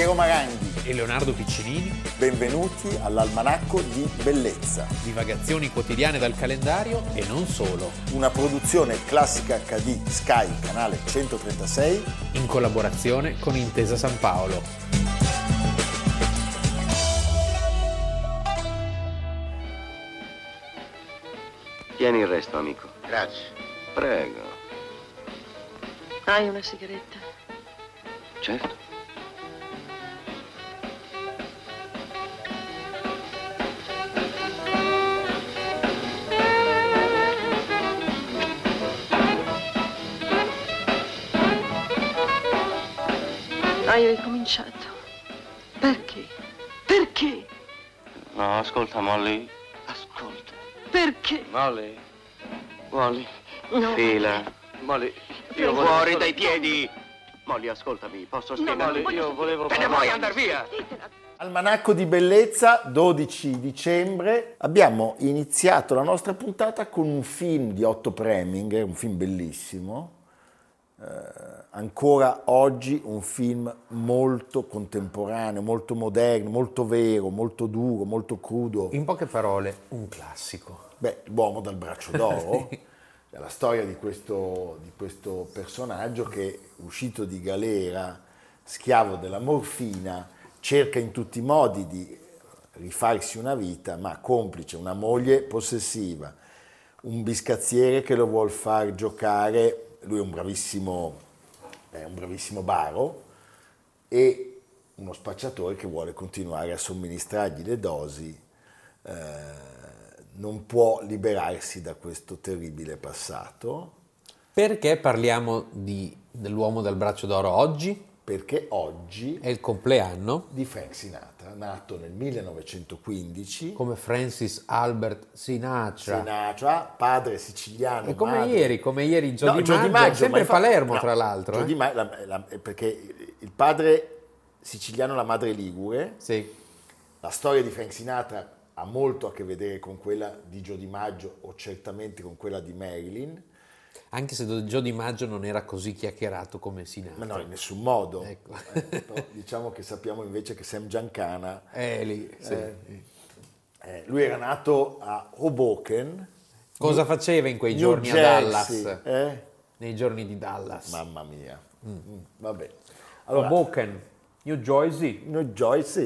Piero Maranghi e Leonardo Piccinini. Benvenuti all'Almanacco di Bellezza. Divagazioni quotidiane dal calendario e non solo. Una produzione Classica HD Sky, canale 136. In collaborazione con Intesa San Paolo. Tieni il resto, amico. Grazie. Prego. Hai una sigaretta? Certo. Hai ricominciato. Perché? Perché? No, ascolta, Molly. Ascolta. Perché? Molly. Molly. No. Fila. Molly, io No. fuori dai piedi. Molly, ascoltami, posso spiegarti? non Io voglio volevo sentire. Te ne vuoi andare via? Almanacco di Bellezza, 12 dicembre. Abbiamo iniziato la nostra puntata con un film di Otto Preminger, un film bellissimo. Ancora oggi un film molto contemporaneo, molto moderno, molto vero, molto duro, molto crudo. In poche parole, un classico. L'uomo dal braccio d'oro, è la storia di questo personaggio che, uscito di galera, schiavo della morfina, cerca in tutti i modi di rifarsi una vita, ma complice una moglie possessiva, un biscazziere che lo vuol far giocare. Lui è un bravissimo baro, e uno spacciatore che vuole continuare a somministrargli le dosi, non può liberarsi da questo terribile passato. Perché parliamo dell'uomo dal braccio d'oro oggi? Perché oggi È il compleanno, di Frank Sinatra, nato nel 1915, come Francis Albert Sinatra. padre siciliano. E come madre... ieri Joe Joe DiMaggio, sempre ma Palermo tra l'altro. Joe DiMaggio, perché il padre siciliano, la madre ligure. Sì. La storia di Frank Sinatra ha molto a che vedere con quella di Joe DiMaggio, o certamente con quella di Marilyn. Anche se Joe DiMaggio non era così chiacchierato come Sinatra. Ma no, in nessun modo. Ecco. Però diciamo che sappiamo invece che Sam Giancana, Lì, sì. lui era nato a Hoboken. Cosa faceva in quei New giorni a Jersey, Dallas? Nei giorni di Dallas. Mamma mia. Vabbè. Allora, Hoboken, New Jersey. New Jersey.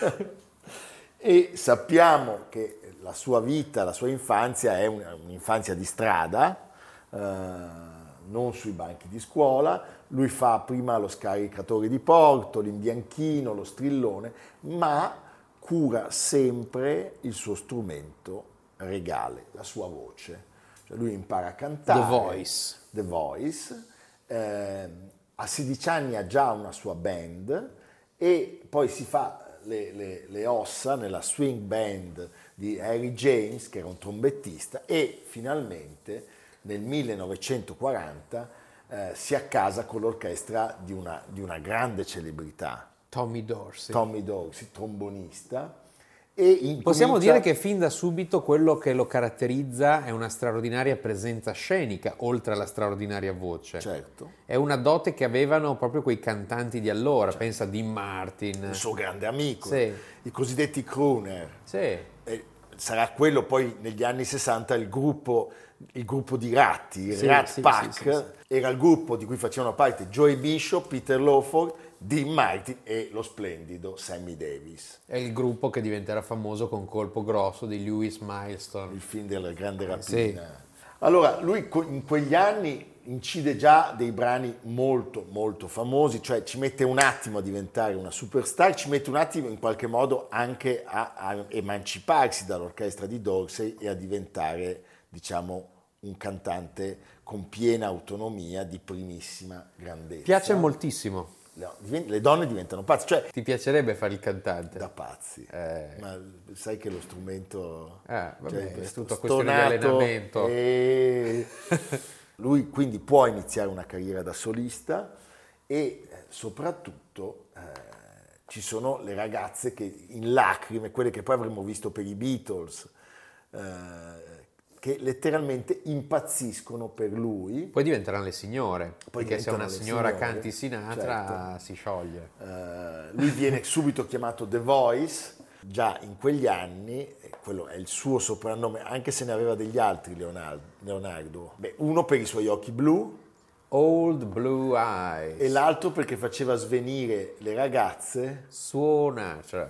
E sappiamo che la sua vita, la sua infanzia è un'infanzia di strada, non sui banchi di scuola. Lui fa prima lo scaricatore di porto, l'imbianchino, lo strillone, ma cura sempre il suo strumento regale, la sua voce. Cioè lui impara a cantare. The Voice. A 16 anni ha già una sua band, e poi si fa le ossa nella swing band di Harry James, che era un trombettista, e finalmente nel 1940 si accasa con l'orchestra di una grande celebrità, Tommy Dorsey, trombonista. E possiamo dire che fin da subito quello che lo caratterizza è una straordinaria presenza scenica, oltre alla straordinaria voce. Certo. È una dote che avevano proprio quei cantanti di allora, certo. Pensa a Dean Martin. Il suo grande amico, sì. I cosiddetti crooner. Sì. Sarà quello poi negli anni 60 il gruppo di Ratti, il sì, Rat sì, Pack, sì. Era il gruppo di cui facevano parte Joey Bishop, Peter Lawford, Dean Martin e lo splendido Sammy Davis. È il gruppo che diventerà famoso con Colpo Grosso di Lewis Milestone. Il film della grande rapina. Sì. Allora, lui in quegli anni incide già dei brani molto, molto famosi, cioè ci mette un attimo a diventare una superstar, ci mette un attimo in qualche modo anche a emanciparsi dall'orchestra di Dorsey e a diventare, diciamo, un cantante con piena autonomia di primissima grandezza. Piace moltissimo. Le donne diventano pazze, cioè ti piacerebbe fare il cantante? Da pazzi, ma sai che lo strumento vabbè, è tutta questione di allenamento. Lui quindi può iniziare una carriera da solista, e soprattutto ci sono le ragazze che in lacrime, quelle che poi avremmo visto per i Beatles, che letteralmente impazziscono per lui. Poi diventeranno le signore, Poi perché se una diventano le signora signore, canti Sinatra certo. si scioglie. Lui viene subito chiamato The Voice, già in quegli anni, e quello è il suo soprannome, anche se ne aveva degli altri Leonardo. Beh, uno per i suoi occhi blu Old Blue Eyes. e l'altro perché faceva svenire le ragazze Suona, cioè.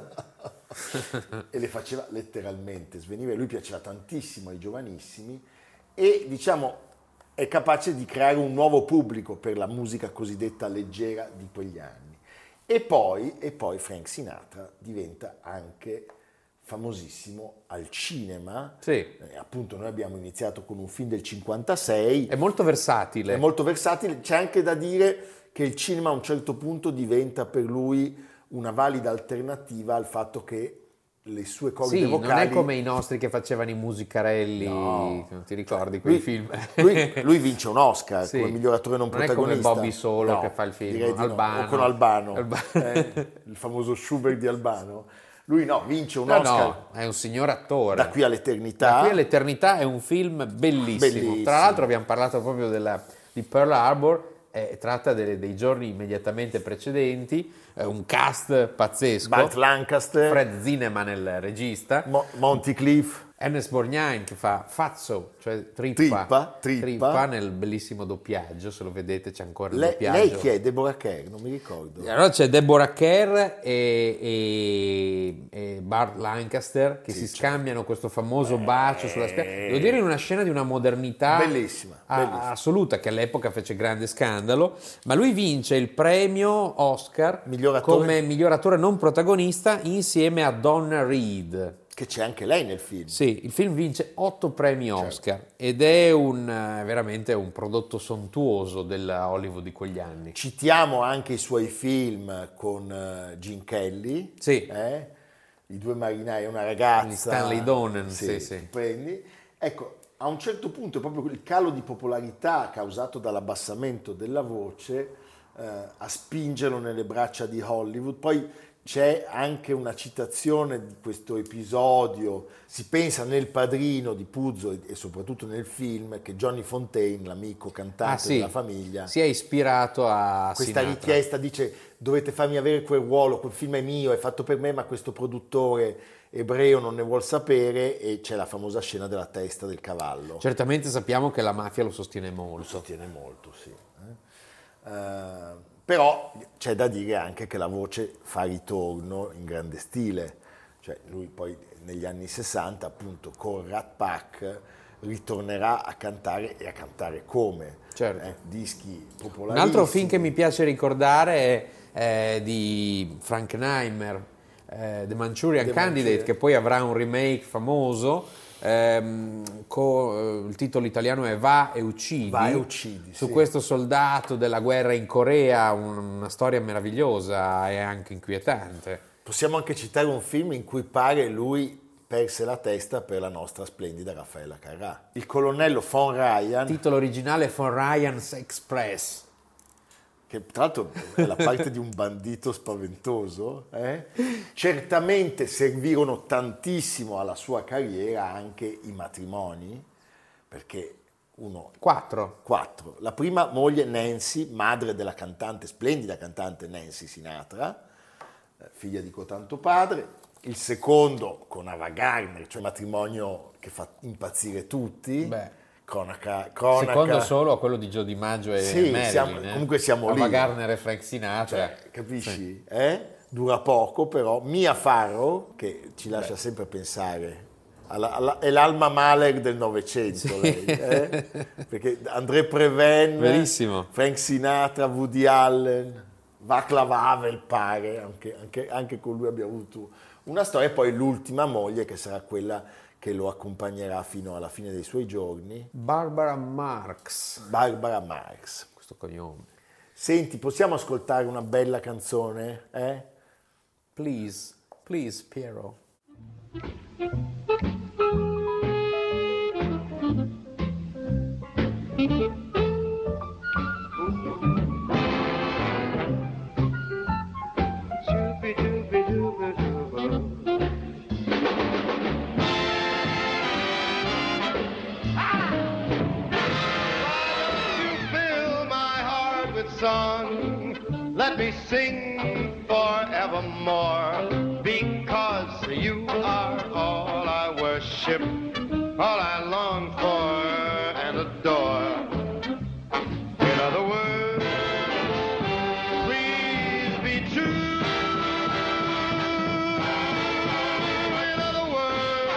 e le faceva letteralmente svenire. Lui piaceva tantissimo ai giovanissimi e diciamo è capace di creare un nuovo pubblico per la musica cosiddetta leggera di quegli anni. E poi Frank Sinatra diventa anche famosissimo al cinema. Sì. Appunto noi abbiamo iniziato con un film del 56. È molto versatile. È molto versatile, c'è anche da dire che il cinema a un certo punto diventa per lui una valida alternativa al fatto che le sue corde Sì, vocali... non è come i nostri che facevano i musicarelli, No. non ti ricordi quei film? Lui vince un Oscar Sì. come miglior attore non protagonista. Non è come Bobby Solo No, che fa il film, direi di no. Albano. O con Albano, Albano. il famoso Schubert di Albano. Lui no, vince un No, Oscar no, è un signor attore. da qui all'eternità. Da qui all'eternità è un film bellissimo. Bellissimo. Tra l'altro abbiamo parlato proprio di Pearl Harbor, tratta dei giorni immediatamente precedenti, un cast pazzesco. Burt Lancaster, Fred Zinnemann il regista, Monty Cliff. Ernest Borgnine che fa Fazzo, cioè trippa Trippa. nel bellissimo doppiaggio, se lo vedete c'è ancora il Lei doppiaggio. chi è? Deborah Kerr? Non mi ricordo. Allora c'è Deborah Kerr e Burt Lancaster che si scambiano questo famoso bacio sulla spiaggia. Devo dire in una scena di una modernità Bellissima. assoluta che all'epoca fece grande scandalo, ma lui vince il premio Oscar Miglior attore. come miglior attore non protagonista insieme a Donna Reed. Che c'è anche lei nel film. Sì, il film vince 8 premi Oscar ed è veramente un prodotto sontuoso della Hollywood di quegli anni. Citiamo anche i suoi film con Gene Kelly. Sì. I due marinai e una ragazza. Gli Stanley Donen, sì. Prendi. Ecco, a un certo punto è proprio il calo di popolarità causato dall'abbassamento della voce a spingerlo nelle braccia di Hollywood. Poi c'è anche una citazione di questo episodio, si pensa nel Padrino di Puzo e soprattutto nel film che Johnny Fontane, l'amico cantante della famiglia, si è ispirato a questa Sinatra. richiesta, dice dovete farmi avere quel ruolo, quel film è mio, è fatto per me, ma questo produttore ebreo non ne vuol sapere, e c'è la famosa scena della testa del cavallo. Certamente sappiamo che la mafia lo sostiene molto. Lo sostiene molto, sì. Però c'è da dire anche che la voce fa ritorno in grande stile, cioè lui poi negli anni 60 appunto con Rat Pack ritornerà a cantare e a cantare come, Certo. dischi Un popolarissimi. altro film che mi piace ricordare è di Frank Neimer, The Manchurian Candidate, che poi avrà un remake famoso. Il titolo italiano è Va e uccidi, su sì. questo soldato della guerra in Corea, una storia meravigliosa e anche inquietante. Possiamo anche citare un film in cui pare lui perse la testa per la nostra splendida Raffaella Carrà. Il colonnello von Ryan, Titolo originale Von Ryan's Express. che tra l'altro è la parte di un bandito spaventoso, certamente servirono tantissimo alla sua carriera anche i matrimoni, perché 4. La prima moglie Nancy, madre della cantante, splendida cantante Nancy Sinatra, figlia di cotanto padre. Il secondo con Ava Gardner, cioè matrimonio che fa impazzire tutti. Beh. Cronaca. Secondo solo a quello di Joe DiMaggio e Sì, Marilyn. comunque siamo lì. Ava Gardner e Frank Sinatra. Capisci? Dura poco però. Mia Farrow, che ci lascia sempre pensare, è l'Alma Mahler del Novecento, lei, perché André Previn, Verissimo. Frank Sinatra, Woody Allen, Václav Havel pare, anche con lui abbiamo avuto una storia, e poi l'ultima moglie che sarà quella che lo accompagnerà fino alla fine dei suoi giorni, Barbara Marx. Questo cognome. Senti, possiamo ascoltare una bella canzone? Please, Piero. song, let me sing forevermore, because you are all I worship, all I long for and adore. In other words, please be true. In other words,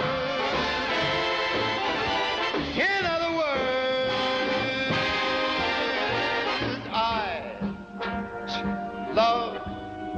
I love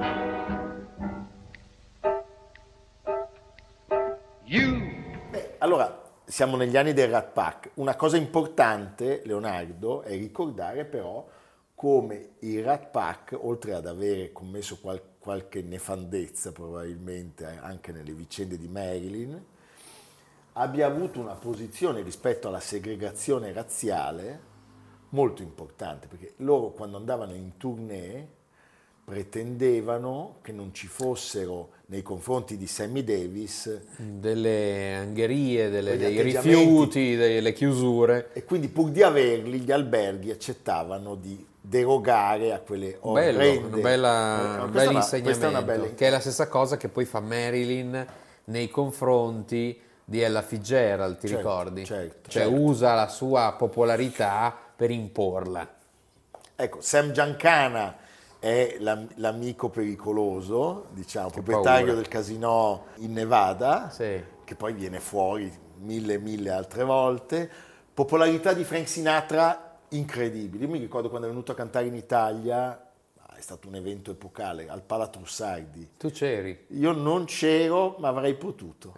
you. Allora, siamo negli anni del Rat Pack. Una cosa importante, Leonardo, è ricordare però come il Rat Pack, oltre ad avere commesso qualche nefandezza probabilmente anche nelle vicende di Marilyn, abbia avuto una posizione rispetto alla segregazione razziale molto importante, perché loro quando andavano in tournée pretendevano che non ci fossero nei confronti di Sammy Davis delle angherie, dei atteggiamenti. rifiuti, delle chiusure. E quindi pur di averli gli alberghi accettavano di derogare a quelle orrende. Un bel insegnamento, questa è una bella... che è la stessa cosa che poi fa Marilyn nei confronti di Ella Fitzgerald, ti ricordi? Certo. Usa la sua popolarità per imporla. Ecco, Sam Giancana è l'amico pericoloso, diciamo, Che proprietario paura. del casino in Nevada, Sì. che poi viene fuori mille altre volte. Popolarità di Frank Sinatra incredibile. Io mi ricordo quando è venuto a cantare in Italia, è stato un evento epocale, al Pala Trussardi. Tu c'eri? Io non c'ero, ma avrei potuto.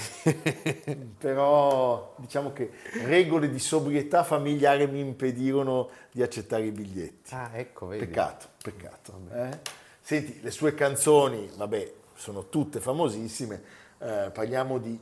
Però diciamo che regole di sobrietà familiare mi impedirono di accettare i biglietti. Ah, ecco, vedi. Peccato. Senti, le sue canzoni, vabbè, sono tutte famosissime. Parliamo di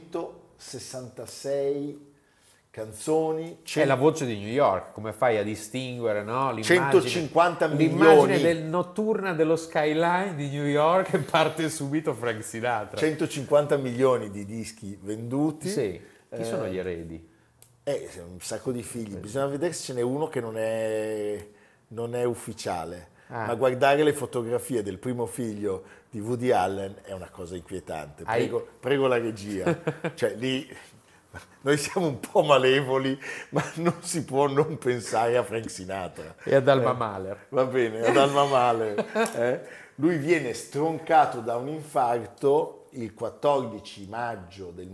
166 canzoni. È la voce di New York, come fai a distinguere, no? 150 l'immagine milioni. notturna dello skyline di New York e parte subito Frank Sinatra. 150 milioni di dischi venduti. Sì. Chi sono gli eredi? Un sacco di figli. Bisogna vedere se ce n'è uno che non è ufficiale. Ma guardare le fotografie del primo figlio di Woody Allen è una cosa inquietante. Prego la regia. Cioè lì noi siamo un po' malevoli, ma non si può non pensare a Frank Sinatra. E ad Alma Mahler. Va bene, ad Alma Mahler. Lui viene stroncato da un infarto il 14 maggio del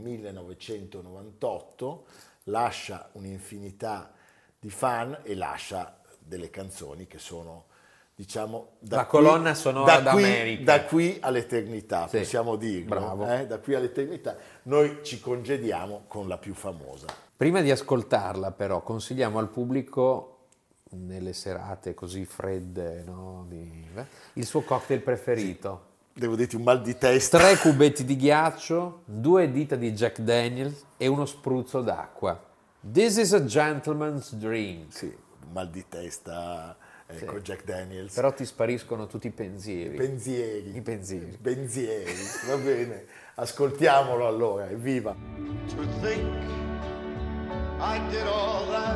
1998, lascia un'infinità di fan e lascia delle canzoni che sono, diciamo, la colonna sonora d'America. Da qui all'eternità, sì, possiamo dirlo. Bravo. Da qui all'eternità. Noi ci congediamo con la più famosa. Prima di ascoltarla, però, consigliamo al pubblico, nelle serate così fredde, no, il suo cocktail preferito. Devo dirti un mal di testa. 3 cubetti di ghiaccio, 2 dita di Jack Daniels e uno spruzzo d'acqua. This is a gentleman's dream. Sì, un mal di testa con Jack Daniels. Però ti spariscono tutti i pensieri. I pensieri. Va bene. Ascoltiamolo allora, evviva. To think I did all that,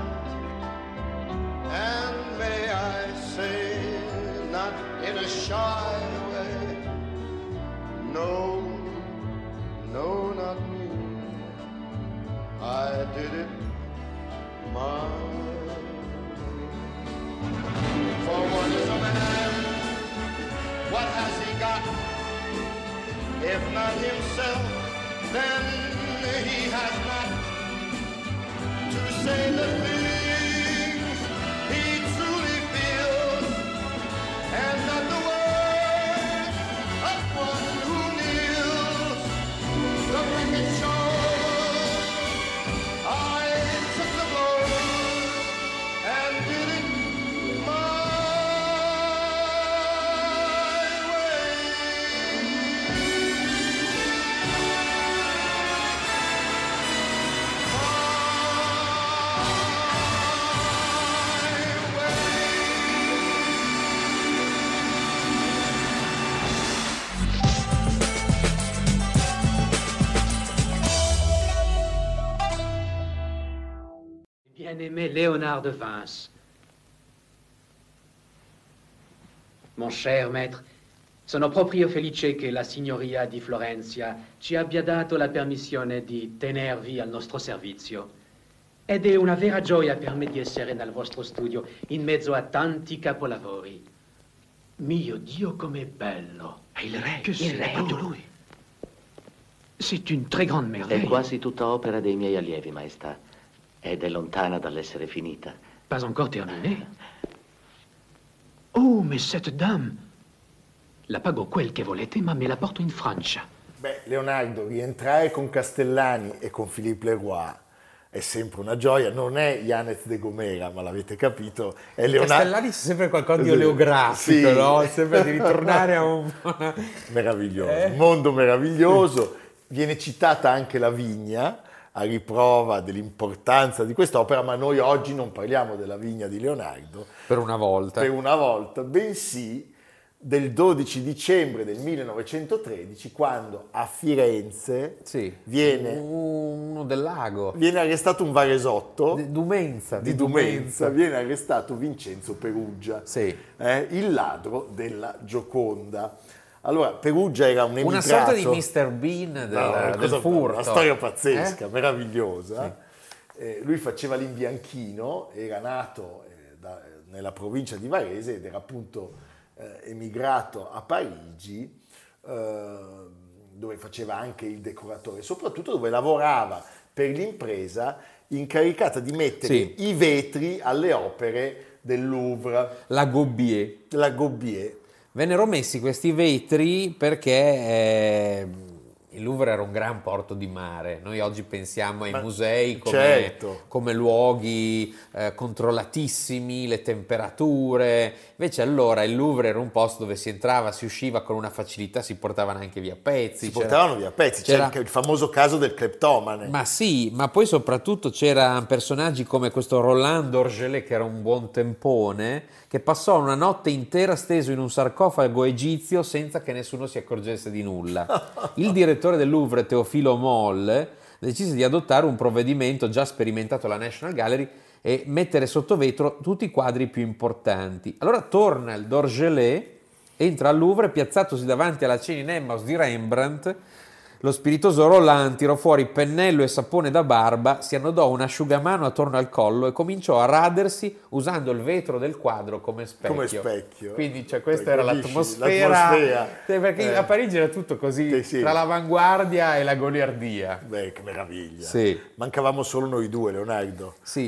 and may I say, not in a shy way, no, not me, I did it my way. For what is a man, what has he got? If not himself, then he has not to say the things he truly feels, and not the words of one who kneels. The record shows I took the blows and did it my way. Bien-aimé Léonard de Vinci, Mon cher maître, sono proprio felice che la signoria di Florenzia ci abbia dato la permissione di tenervi al nostro servizio. Ed è una vera gioia per me di essere nel vostro studio, in mezzo a tanti capolavori. Mio Dio, com'è bello! È il re, È proprio lui. C'est une très grande È merveille. quasi tutta opera dei miei allievi, maestà. Ed è lontana dall'essere finita. Pas encore terminé. Oh, mais cette dame! La pago quel che volete, ma me la porto in Francia. Beh, Leonardo, rientrare con Castellani e con Philippe Leroy è sempre una gioia, non è Yanez de Gomera, ma l'avete capito, è Leonardo. Castellani c'è sempre qualcosa di oleografico, Sì. no? Sempre di ritornare a un... Meraviglioso, un mondo meraviglioso. Viene citata anche la vigna, a riprova dell'importanza di quest'opera, ma noi oggi non parliamo della vigna di Leonardo, Per una volta. bensì del 12 dicembre del 1913, quando a Firenze Sì. viene Uno del lago. arrestato un varesotto Di Dumenza. di Dumenza, viene arrestato Vincenzo Perugia, Sì. il ladro della Gioconda. Allora, Perugia era un emigrato... Una sorta di Mr. Bean del furto. Una storia pazzesca, meravigliosa. Lui faceva l'imbianchino, era nato nella provincia di Varese ed era appunto emigrato a Parigi, dove faceva anche il decoratore, soprattutto dove lavorava per l'impresa incaricata di mettere Sì. i vetri alle opere del Louvre, La Gobbier. della Gobbier. Vennero messi questi vetri perché il Louvre era un gran porto di mare. Noi oggi pensiamo ai musei come, certo. come luoghi controllatissimi, le temperature. Invece allora il Louvre era un posto dove si entrava, si usciva con una facilità, si portavano anche via pezzi. Si portavano via pezzi, c'era il famoso caso del cleptomane. Ma sì, ma poi soprattutto c'erano personaggi come questo Roland d'Orgelet, che era un buon tempone, che passò una notte intera steso in un sarcofago egizio senza che nessuno si accorgesse di nulla. Il direttore del Louvre, Teofilo Molle, decise di adottare un provvedimento già sperimentato alla National Gallery e mettere sotto vetro tutti i quadri più importanti. Allora torna il d'Orgelet, entra al Louvre, piazzatosi davanti alla cena in Emmaus di Rembrandt. Lo spiritoso Roland tirò fuori pennello e sapone da barba, si annodò un asciugamano attorno al collo e cominciò a radersi usando il vetro del quadro come specchio. Come specchio. Quindi questa era Capisci? l'atmosfera. Perché a Parigi era tutto così, Sì. tra l'avanguardia e la goliardia. Beh, che meraviglia. Sì. Mancavamo solo noi due, Leonardo. Sì.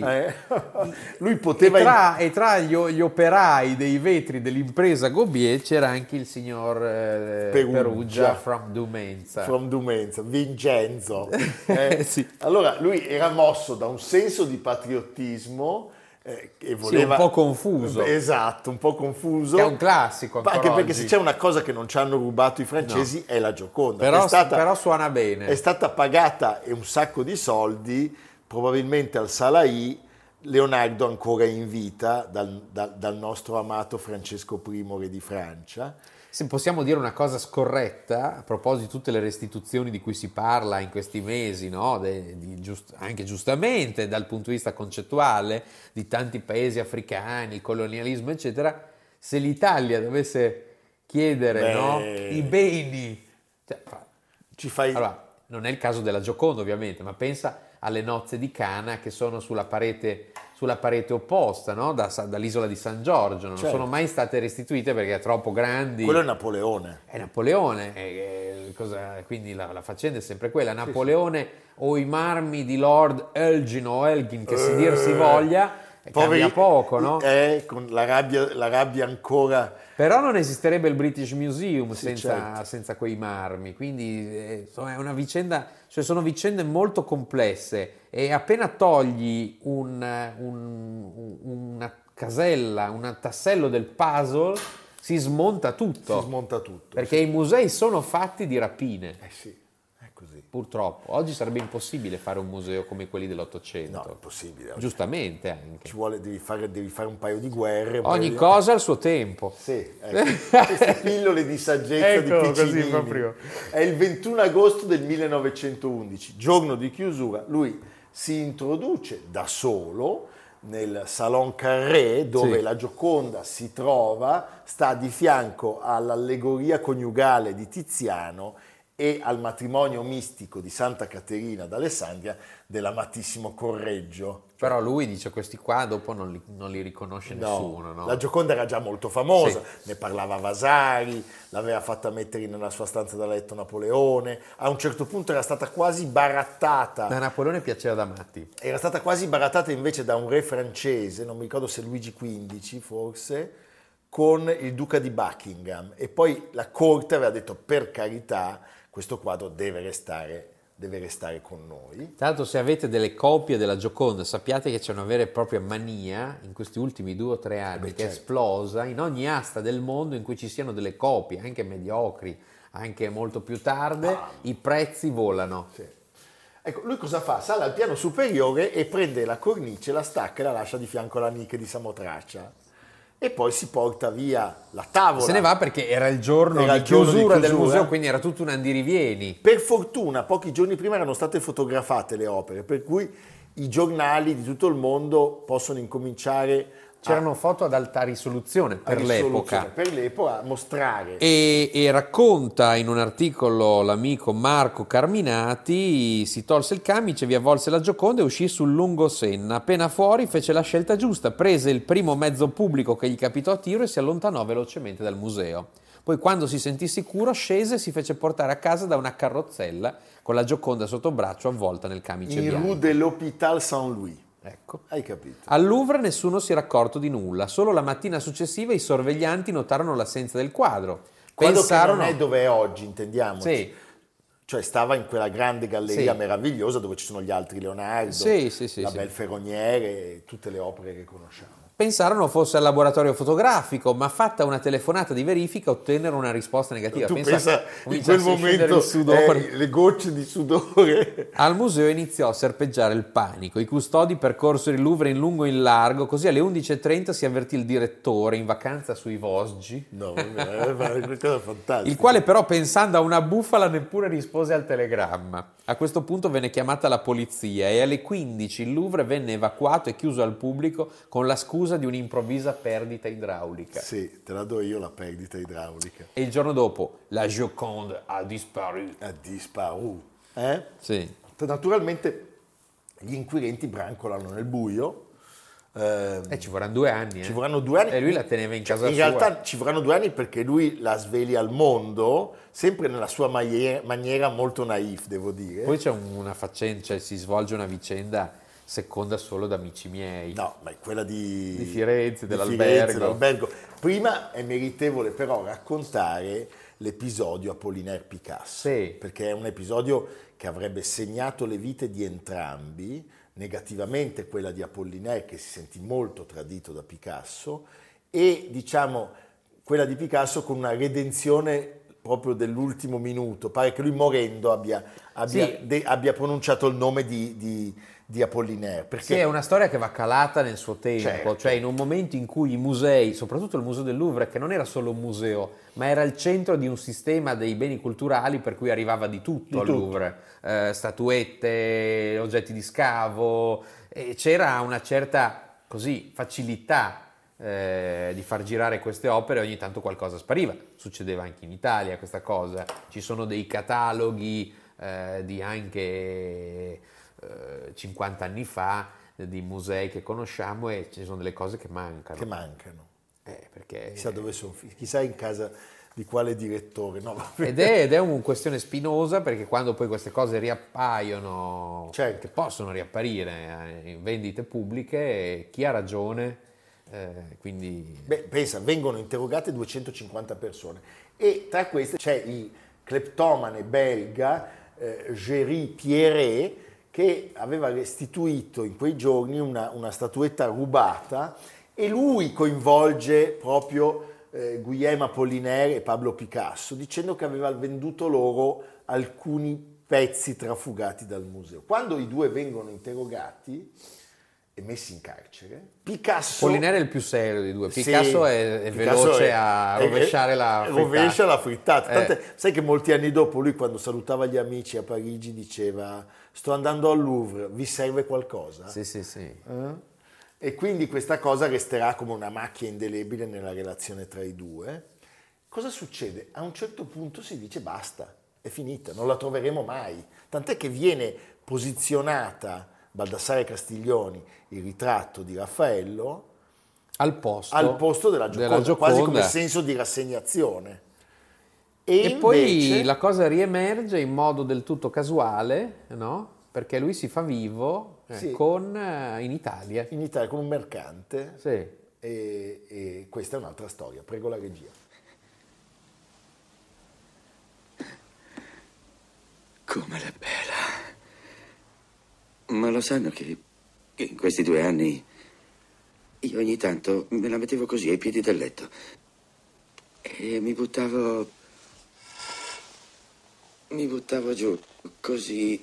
Lui poteva... E tra gli operai dei vetri dell'impresa Gobier c'era anche il signor Perugia from Dumenza. Vincenzo. Sì. Allora, lui era mosso da un senso di patriottismo e voleva... un po' confuso. Esatto, un po' confuso. Che è un classico ancora Anche perché oggi. se c'è una cosa che non ci hanno rubato i francesi è la Gioconda. Però suona bene. È stata pagata un sacco di soldi, probabilmente al Salaì, Leonardo ancora in vita, dal nostro amato Francesco I, re di Francia. Se possiamo dire una cosa scorretta, a proposito di tutte le restituzioni di cui si parla in questi mesi, no? Anche giustamente dal punto di vista concettuale, di tanti paesi africani, il colonialismo, eccetera, se l'Italia dovesse chiedere no? i beni... Allora, non è il caso della Gioconda ovviamente, ma pensa alle nozze di Cana che sono sulla parete opposta, no? Dall'isola di San Giorgio, non sono mai state restituite perché è troppo grandi. Quello è Napoleone. È Napoleone, quindi la faccenda è sempre quella. Napoleone o i marmi di Lord Elgin o Elgin, che si dir si voglia, cambia poco, no? Con la rabbia ancora... Però non esisterebbe il British Museum Sì, certo. senza quei marmi, quindi è una vicenda, cioè sono vicende molto complesse e appena togli una casella, un tassello del puzzle, si smonta tutto. Perché i musei sono fatti di rapine. Sì, è così. Purtroppo. Oggi sarebbe impossibile fare un museo come quelli dell'Ottocento. No, è impossibile. Giustamente anche. Devi fare un paio di guerre. Ogni cosa al suo tempo. Sì, queste pillole di saggezza di Piccinini. Così proprio. È il 21 agosto del 1911, giorno di chiusura. Lui si introduce da solo nel Salon Carré, dove Sì. la Gioconda si trova, sta di fianco all'allegoria coniugale di Tiziano e al matrimonio mistico di Santa Caterina d'Alessandria dell'amatissimo Correggio. Però lui dice questi qua dopo non li riconosce nessuno, no? La Gioconda era già molto famosa, Sì. ne parlava Vasari, l'aveva fatta mettere nella sua stanza da letto Napoleone, a un certo punto era stata quasi barattata. A Napoleone piaceva da matti. Era stata quasi barattata invece da un re francese, non mi ricordo se Luigi XV forse, con il duca di Buckingham. E poi la corte aveva detto, per carità, questo quadro deve restare con noi. Tra l'altro, se avete delle copie della Gioconda, sappiate che c'è una vera e propria mania in questi ultimi 2 o 3 anni che è certo. esplosa in ogni asta del mondo in cui ci siano delle copie, anche mediocri, anche molto più tarde, i prezzi volano. Sì. Ecco, lui cosa fa? Sale al piano superiore e prende la cornice, la stacca e la lascia di fianco alla Nike di Samotraccia. E poi si porta via la tavola. Se ne va perché era il giorno Era di il giorno di chiusura del chiusura. museo, quindi era tutto un andirivieni. Per fortuna, pochi giorni prima erano state fotografate le opere, per cui i giornali di tutto il mondo possono incominciare C'erano foto ad alta risoluzione per l'epoca. Per l'epoca a mostrare. E racconta in un articolo l'amico Marco Carminati: si tolse il camice, vi avvolse la Gioconda e uscì sul lungo Senna. Appena fuori fece la scelta giusta, prese il primo mezzo pubblico che gli capitò a tiro e si allontanò velocemente dal museo. Poi, quando si sentì sicuro, scese e si fece portare a casa da una carrozzella con la Gioconda sotto braccio avvolta nel camice In bianco. Rue de l'Hôpital Saint-Louis. Ecco. Hai capito? Al Louvre nessuno si era accorto di nulla, solo la mattina successiva i sorveglianti notarono l'assenza del quadro. Quadro Pensarono... che non è dove è oggi, intendiamoci. Sì. Cioè stava in quella grande galleria Sì. meravigliosa dove ci sono gli altri Leonardo, Sì, la sì. Belferoniere e tutte le opere che conosciamo. Pensarono fosse al laboratorio fotografico, ma fatta una telefonata di verifica ottennero una risposta negativa. Tu pensa in comincia a quel scendere momento il sudore. le gocce di sudore. Al museo iniziò a serpeggiare il panico. I custodi percorsero il Louvre in lungo e in largo, così alle 11:30 si avvertì il direttore in vacanza sui Vosgi, No, è una cosa fantastica. il quale però, pensando a una bufala, neppure rispose al telegramma. A questo punto venne chiamata la polizia e alle 15 il Louvre venne evacuato e chiuso al pubblico con la scusa di un'improvvisa perdita idraulica. Sì, te la do io la perdita idraulica. E il giorno dopo la Gioconde a disparu. A disparu. Sì. Naturalmente gli inquirenti brancolano nel buio. Ci vorranno 2 anni. Ci vorranno 2 anni. E lui la teneva in casa In sua. realtà ci vorranno 2 anni perché lui la sveli al mondo, sempre nella sua maniera molto naif, devo dire. Poi c'è una faccenda, cioè si svolge una vicenda seconda solo da amici miei. No, ma è quella di Firenze, di dell'albergo. dell'albergo. Prima è meritevole però raccontare l'episodio Apollinaire Picasso, Sì. perché è un episodio che avrebbe segnato le vite di entrambi, negativamente quella di Apollinaire che si sentì molto tradito da Picasso e diciamo quella di Picasso con una redenzione proprio dell'ultimo minuto, pare che lui morendo abbia pronunciato il nome di Apollinaire. Perché Sì, è una storia che va calata nel suo tempo, Certo. cioè in un momento in cui i musei, soprattutto il Museo del Louvre, che non era solo un museo, ma era il centro di un sistema dei beni culturali per cui arrivava di tutto al Louvre, statuette, oggetti di scavo, e c'era una certa facilità di far girare queste opere, ogni tanto qualcosa spariva. Succedeva anche in Italia questa cosa, ci sono dei cataloghi di anche 50 anni fa di musei che conosciamo e ci sono delle cose che mancano. Perché... chissà dove sono, chissà in casa di quale direttore. No, ed è una questione spinosa, perché quando poi queste cose riappaiono, Certo. che possono riapparire in vendite pubbliche, chi ha ragione? Quindi... pensa, vengono interrogate 250 persone e tra queste c'è il cleptomane belga Géry Pierret, che aveva restituito in quei giorni una statuetta rubata e lui coinvolge proprio Guillaume Apollinaire e Pablo Picasso dicendo che aveva venduto loro alcuni pezzi trafugati dal museo. Quando i due vengono interrogati e messi in carcere, Picasso... Apollinaire è il più serio dei due, Sì, Picasso è Picasso veloce a rovesciare la frittata. Rovescia la frittata. Tant'è, sai che molti anni dopo lui, quando salutava gli amici a Parigi, diceva: sto andando al Louvre, vi serve qualcosa? Sì. E quindi questa cosa resterà come una macchia indelebile nella relazione tra i due. Cosa succede? A un certo punto si dice basta, è finita, non la troveremo mai. Tant'è che viene posizionata Baldassare Castiglioni, il ritratto di Raffaello, al posto della Gioconda, quasi come senso di rassegnazione. E poi invece, la cosa riemerge in modo del tutto casuale, no? Perché lui si fa vivo Sì. in Italia. in Italia con un mercante, Sì. e questa è un'altra storia. Prego la regia. Come l'è bella. Ma lo sanno che in questi 2 anni io ogni tanto me la mettevo così ai piedi del letto e mi buttavo giù così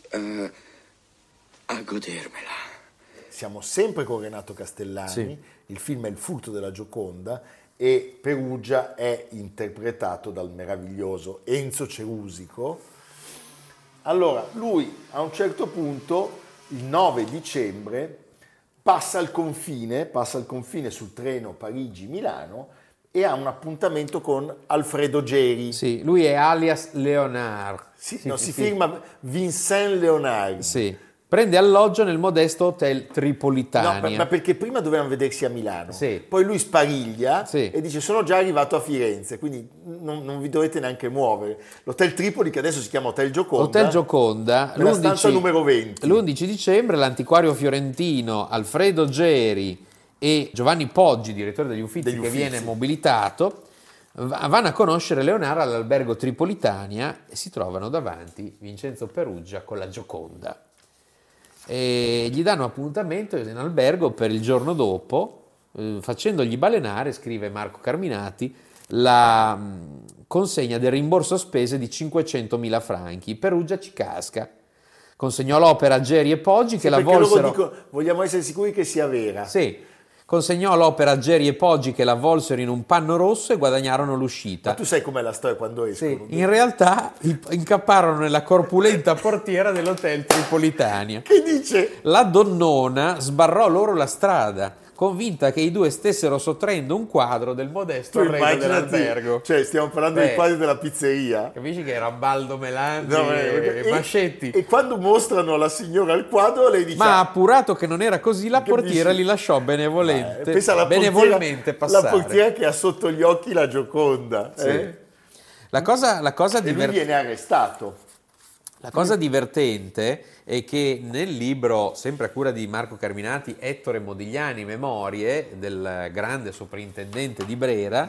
a godermela. Siamo sempre con Renato Castellani, Sì. il film è Il furto della Gioconda e Perugia è interpretato dal meraviglioso Enzo Cerusico. Allora, lui a un certo punto, il 9 dicembre, passa il confine sul treno Parigi-Milano e ha un appuntamento con Alfredo Geri. Sì, lui è alias Leonard. Si firma Vincent Leonard. Sì. Prende alloggio nel modesto hotel Tripolitania. No, ma perché prima dovevano vedersi a Milano, Sì. poi lui spariglia Sì. e dice sono già arrivato a Firenze, quindi non vi dovete neanche muovere. L'hotel Tripoli, che adesso si chiama Hotel Gioconda, Hotel Gioconda, nella stanza numero 20. L'11 dicembre l'antiquario fiorentino Alfredo Geri e Giovanni Poggi, direttore degli Uffizi, che viene mobilitato, vanno a conoscere Leonardo all'albergo Tripolitania e si trovano davanti Vincenzo Perugia con la Gioconda. E gli danno appuntamento in albergo per il giorno dopo, facendogli balenare, scrive Marco Carminati, la consegna del rimborso spese di 500.000 franchi. Perugia ci casca. Consegnò l'opera a Geri e Poggi che la volsero... vogliamo essere sicuri che sia vera. Sì. Consegnò l'opera a Geri e Poggi che la volsero in un panno rosso e guadagnarono l'uscita. Ma tu sai com'è la storia quando escono? Sì, in realtà incapparono nella corpulenta portiera dell'hotel Tripolitania. Che dice? La donnona sbarrò loro la strada, convinta che i due stessero sottraendo un quadro del modesto Tu arredo dell'albergo. Cioè, stiamo parlando dei quadri della pizzeria. Capisci che era Baldo Melanzi e Mascetti. E quando mostrano alla signora il quadro, lei dice... Ma appurato che non era così, la portiera li lasciò benevolmente passare. La portiera che ha sotto gli occhi la Gioconda. Sì. La cosa e lui viene arrestato. La cosa divertente è che nel libro, sempre a cura di Marco Carminati, Ettore Modigliani, Memorie del grande soprintendente di Brera,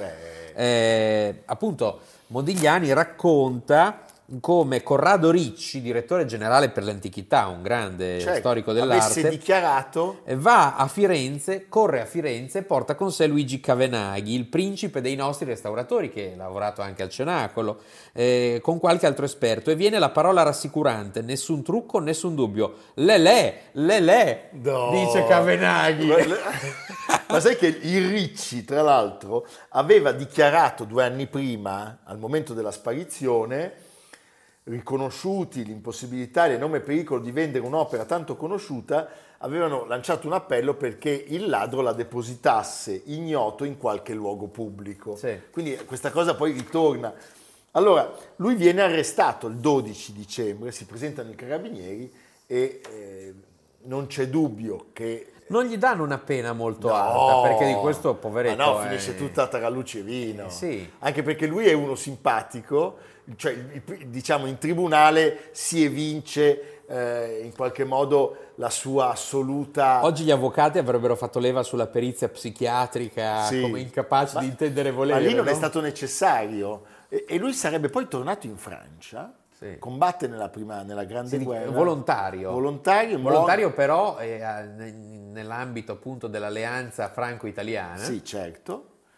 appunto Modigliani racconta come Corrado Ricci, direttore generale per l'antichità, un grande storico dell'arte, avesse dichiarato, va a Firenze, corre a Firenze e porta con sé Luigi Cavenaghi, il principe dei nostri restauratori, che ha lavorato anche al Cenacolo, con qualche altro esperto, e viene la parola rassicurante: nessun trucco, nessun dubbio. Lelè, no. dice Cavenaghi. Ma sai che il Ricci, tra l'altro, aveva dichiarato 2 anni prima, al momento della sparizione, riconosciuti l'impossibilità e l'enorme pericolo di vendere un'opera tanto conosciuta, avevano lanciato un appello perché il ladro la depositasse ignoto in qualche luogo pubblico. Sì. Quindi questa cosa poi ritorna. Allora, lui viene arrestato il 12 dicembre, si presentano i carabinieri e non c'è dubbio che... Non gli danno una pena molto alta, perché di questo poveretto... Ma no, finisce tutta tra luce e vino. Sì. Anche perché lui è uno simpatico, cioè diciamo in tribunale si evince in qualche modo la sua assoluta... Oggi gli avvocati avrebbero fatto leva sulla perizia psichiatrica, come incapaci di intendere e volere. Ma lì non è stato necessario. E lui sarebbe poi tornato in Francia, combatte nella Grande Guerra. Volontario però nell'ambito appunto dell'alleanza franco-italiana. Sì, certo.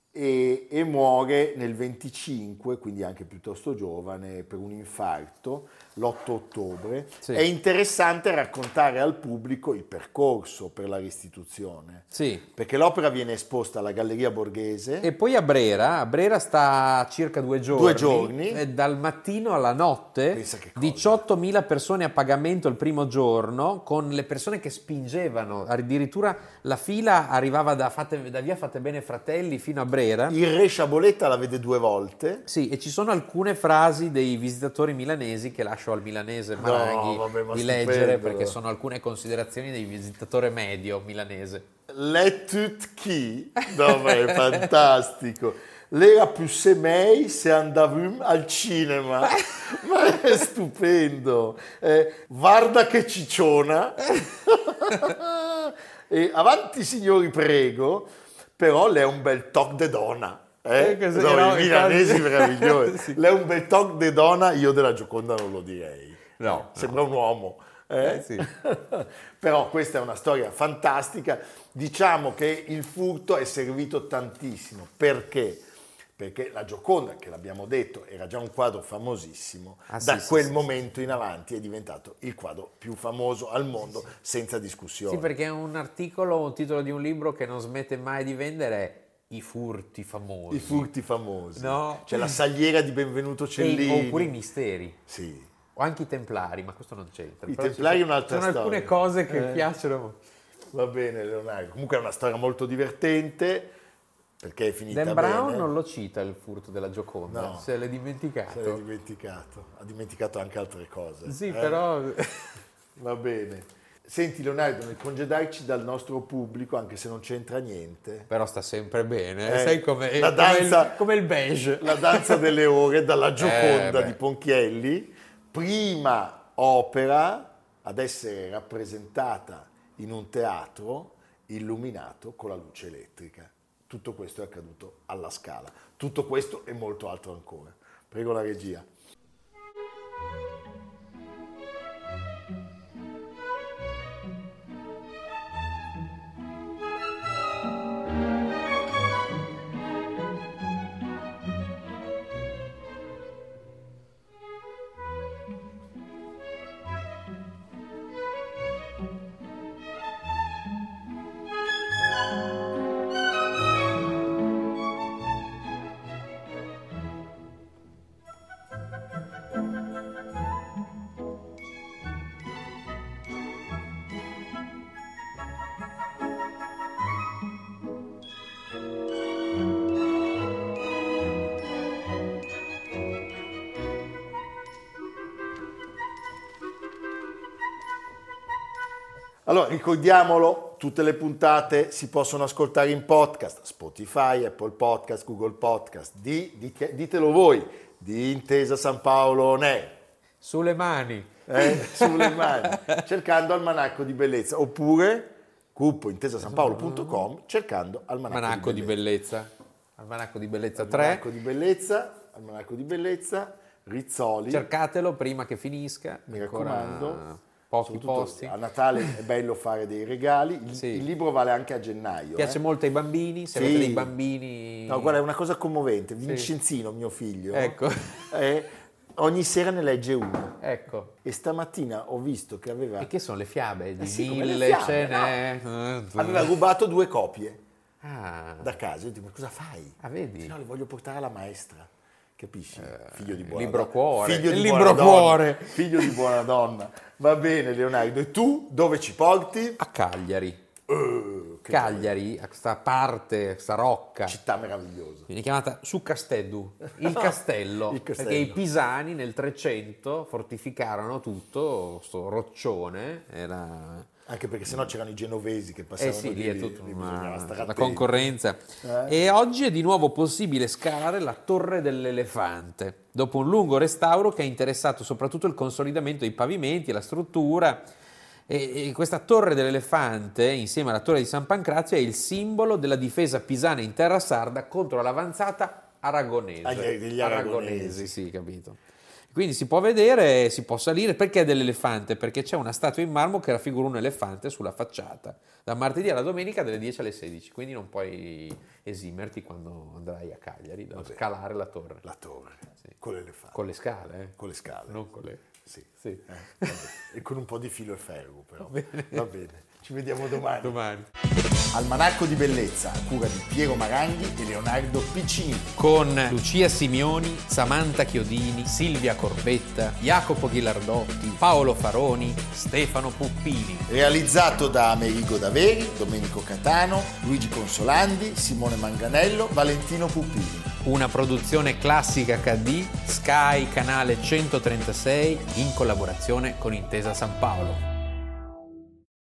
e muore nel 25, quindi anche piuttosto giovane, per un infarto, l'8 ottobre. Sì. È interessante raccontare al pubblico il percorso per la restituzione, Sì. perché l'opera viene esposta alla Galleria Borghese. E poi a Brera sta circa 2 giorni. 2 giorni. E dal mattino alla notte, Pensa che cosa. 18.000 persone a pagamento il primo giorno, con le persone che spingevano, addirittura la fila arrivava da via Fattebene Fratelli fino a Brera. Il re Sciaboletta la vede 2 volte. Sì, e ci sono alcune frasi dei visitatori milanesi che lascio al milanese Maranghi vabbè, ma di stupendo. leggere, perché sono alcune considerazioni dei visitatore medio milanese. Let tout chi? No, ma è fantastico. L'era più semei se andavum al cinema. Ma è stupendo. Guarda che cicciona. E avanti signori prego, però lei è un bel toc de donna. No, i milanesi meravigliosi. Sì. Lei è un bel toc de donna, io della Gioconda non lo direi. No, Sembra un uomo. Sì. Però questa è una storia fantastica. Diciamo che il furto è servito tantissimo. Perché? Perché la Gioconda, che l'abbiamo detto, era già un quadro famosissimo, da quel momento in avanti è diventato il quadro più famoso al mondo, senza discussione. Sì, perché è un titolo di un libro che non smette mai di vendere è I furti famosi. I furti famosi. No. C'è la Saliera di Benvenuto Cellini. Oppure i misteri. Sì. O anche i Templari, ma questo non c'entra. I Però Templari è un'altra sono storia. alcune cose che piacciono. Va bene, Leonardo. Comunque è una storia molto divertente, perché è finita Dan bene. Brown non lo cita il furto della Gioconda, No. se l'è dimenticato. Se l'è dimenticato. Ha dimenticato anche altre cose. Sì, però... Va bene. Senti Leonardo, nel congedarci dal nostro pubblico, anche se non c'entra niente, Però sta sempre bene, sai come la danza, come il beige. La danza delle ore dalla Gioconda beh. di Ponchielli, prima opera ad essere rappresentata in un teatro illuminato con la luce elettrica. Tutto questo è accaduto alla Scala. Tutto questo e molto altro ancora. Prego la regia. Allora, ricordiamolo, tutte le puntate si possono ascoltare in podcast, Spotify, Apple Podcast, Google Podcast, ditelo voi, di Intesa San Paolo On Air. Sulle mani. Sulle mani, cercando Almanacco di Bellezza, oppure gruppointesasanpaolo.com cercando Almanacco di Bellezza. Almanacco di Bellezza 3. Almanacco di Bellezza, Rizzoli. Cercatelo prima che finisca. Mi ancora raccomando. Pochi posti. A Natale è bello fare dei regali, il libro vale anche a gennaio. Piace molto ai bambini, se avete dei bambini... No, guarda, è una cosa commovente, Vincenzino, mio figlio, ecco. Ogni sera ne legge uno. Ecco. E stamattina ho visto che aveva... E che sono le fiabe? Di sì, come 1000 le fiabe, ce n'è. no. Aveva rubato 2 copie da casa. Io dico, ma cosa fai? Vedi? No, le voglio portare alla maestra. Capisci? Figlio di buona libro donna. cuore. Figlio di libro buona cuore. Donna. Figlio di buona donna. Va bene, Leonardo. E tu dove ci porti? A Cagliari. Cagliari, a questa parte, questa rocca. Città meravigliosa. Viene chiamata su Casteddu, il castello. Il castello. Perché i pisani nel 300 fortificarono tutto, questo roccione. Era... Anche perché sennò c'erano i genovesi che passavano sì, lì è tutta bisognava stare una attenti. concorrenza. E oggi è di nuovo possibile scalare la Torre dell'Elefante, dopo un lungo restauro che ha interessato soprattutto il consolidamento dei pavimenti e la struttura. E questa Torre dell'Elefante, insieme alla Torre di San Pancrazio, è il simbolo della difesa pisana in terra sarda contro l'avanzata aragonese. Degli aragonesi. Sì, capito. Quindi si può vedere, si può salire. Perché dell'elefante? Perché c'è una statua in marmo che raffigura un elefante sulla facciata, da martedì alla domenica dalle 10 alle 16, quindi non puoi esimerti quando andrai a Cagliari da scalare la torre. La torre, Sì. con l'elefante. Con le scale, Con le scale. non con le... Sì. Sì. Vabbè. E con un po' di filo e ferro, però. Va bene. Ci vediamo domani. Domani. Almanacco di bellezza, a cura di Piero Maranghi e Leonardo Piccini. Con Lucia Simioni, Samantha Chiodini, Silvia Corbetta, Jacopo Ghilardotti, Paolo Faroni, Stefano Puppini. Realizzato da Amerigo Daveri, Domenico Catano, Luigi Consolandi, Simone Manganello, Valentino Puppini. Una produzione Classica HD, Sky Canale 136, in collaborazione con Intesa San Paolo.